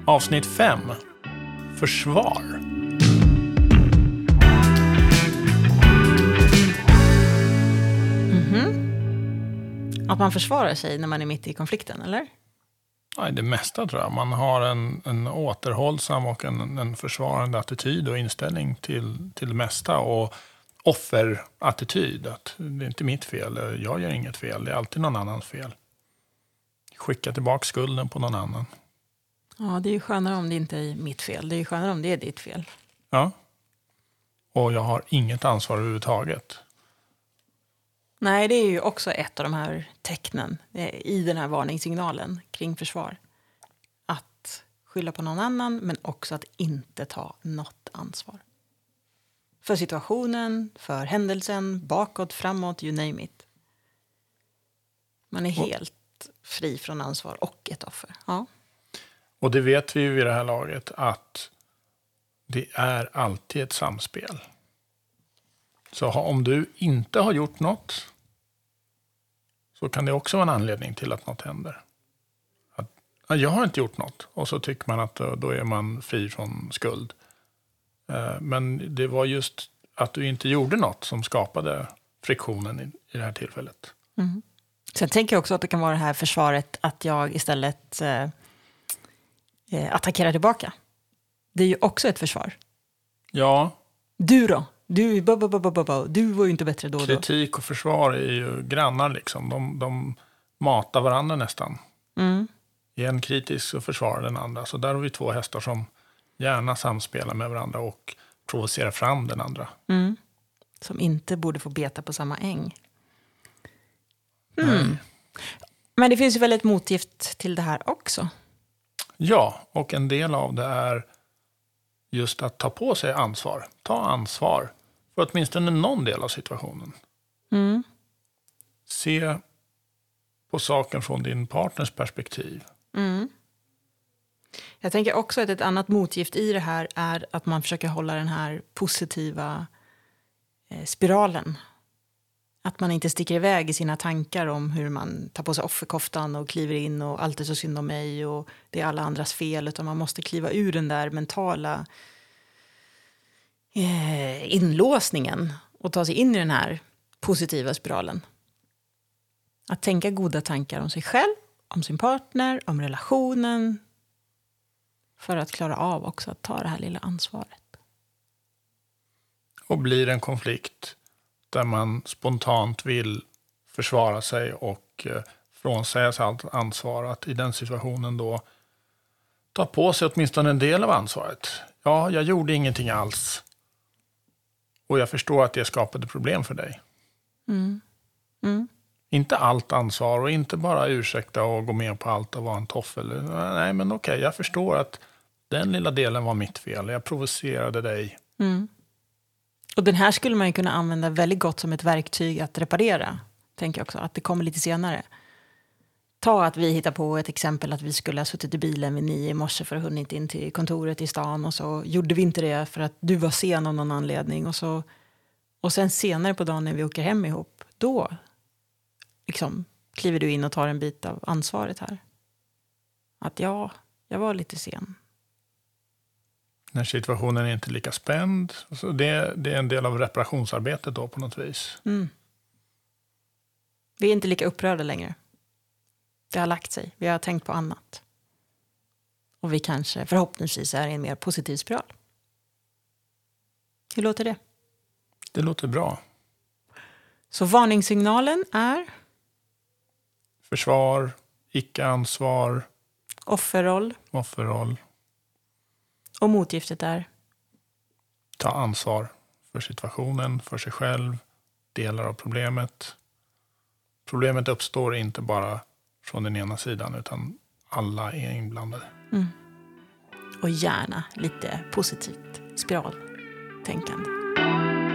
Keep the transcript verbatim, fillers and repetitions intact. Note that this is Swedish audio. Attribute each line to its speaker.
Speaker 1: Avsnitt fem. Försvar.
Speaker 2: Mm-hmm. Att man försvarar sig när man är mitt i konflikten, eller?
Speaker 1: Ja, det mesta tror jag. Man har en, en återhållsam och en, en försvarande attityd och inställning till, till det mesta. Och offerattityd. Att det är inte mitt fel. Jag gör inget fel. Det är alltid någon annans fel. Skicka tillbaka skulden på någon annan.
Speaker 2: Ja, det är ju skönare om det inte är mitt fel. Det är ju skönare om det är ditt fel.
Speaker 1: Ja. Och jag har inget ansvar överhuvudtaget.
Speaker 2: Nej, det är ju också ett av de här tecknen i den här varningssignalen kring försvar. Att skylla på någon annan, men också att inte ta något ansvar. För situationen, för händelsen, bakåt, framåt, you name it. Man är helt fri från ansvar och ett offer. Ja.
Speaker 1: Och det vet vi ju vid det här laget att det är alltid ett samspel. Så om du inte har gjort något så kan det också vara en anledning till att något händer. Att, jag har inte gjort något och så tycker man att då är man fri från skuld. Men det var just att du inte gjorde något som skapade friktionen i, i det här tillfället.
Speaker 2: Mm. Sen tänker jag också att det kan vara det här försvaret att jag istället eh, attackerar tillbaka. Det är ju också ett försvar.
Speaker 1: Ja.
Speaker 2: Du då? Du, bo, bo, bo, bo, bo. Du var ju inte bättre då och då.
Speaker 1: Kritik och försvar är ju grannar liksom. De, de matar varandra nästan.
Speaker 2: Mm.
Speaker 1: En kritisk och försvarar den andra. Så där har vi två hästar som gärna samspelar med varandra och provocerar fram den andra.
Speaker 2: Mm. Som inte borde få beta på samma äng. Mm. Men det finns ju väl ett motgift till det här också.
Speaker 1: Ja, och en del av det är just att ta på sig ansvar. Ta ansvar för åtminstone någon del av situationen.
Speaker 2: Mm.
Speaker 1: Se på saken från din partners perspektiv.
Speaker 2: Mm. Jag tänker också att ett annat motgift i det här är att man försöker hålla den här positiva eh, spiralen. Att man inte sticker iväg i sina tankar om hur man tar på sig offerkoftan och kliver in och allt är så synd om mig och det är alla andras fel. Utan man måste kliva ur den där mentala eh, inlåsningen och ta sig in i den här positiva spiralen. Att tänka goda tankar om sig själv, om sin partner, om relationen. För att klara av också att ta det här lilla ansvaret.
Speaker 1: Och blir en konflikt där man spontant vill försvara sig och frånsäga sig allt ansvar. Att i den situationen då ta på sig åtminstone en del av ansvaret. Ja, jag gjorde ingenting alls. Och jag förstår att det skapade problem för dig.
Speaker 2: Mm. Mm.
Speaker 1: Inte allt ansvar och inte bara ursäkta och gå med på allt och vara en toffel. Nej, men okej, jag förstår att den lilla delen var mitt fel. Jag provocerade dig.
Speaker 2: Mm. Och den här skulle man ju kunna använda väldigt gott som ett verktyg att reparera. Tänker jag också, att det kommer lite senare. Ta att vi hittar på ett exempel att vi skulle ha suttit i bilen vid nio i morse för att ha hunnit in till kontoret i stan. Och så gjorde vi inte det för att du var sen av någon anledning. Och, så, och sen senare på dagen när vi åker hem ihop, då liksom, kliver du in och tar en bit av ansvaret här. Att ja, jag var lite sen.
Speaker 1: När situationen är inte lika spänd. Så det, det är en del av reparationsarbetet då på något vis.
Speaker 2: Mm. Vi är inte lika upprörda längre. Det har lagt sig. Vi har tänkt på annat. Och vi kanske förhoppningsvis är i en mer positiv spiral. Hur låter det?
Speaker 1: Det låter bra.
Speaker 2: Så varningssignalen är?
Speaker 1: Försvar, icke-ansvar.
Speaker 2: Offerroll.
Speaker 1: Offerroll.
Speaker 2: Och motgiftet är?
Speaker 1: Ta ansvar för situationen, för sig själv, delar av problemet. Problemet uppstår inte bara från den ena sidan utan alla är inblandade.
Speaker 2: Mm. Och gärna lite positivt spiraltänkande.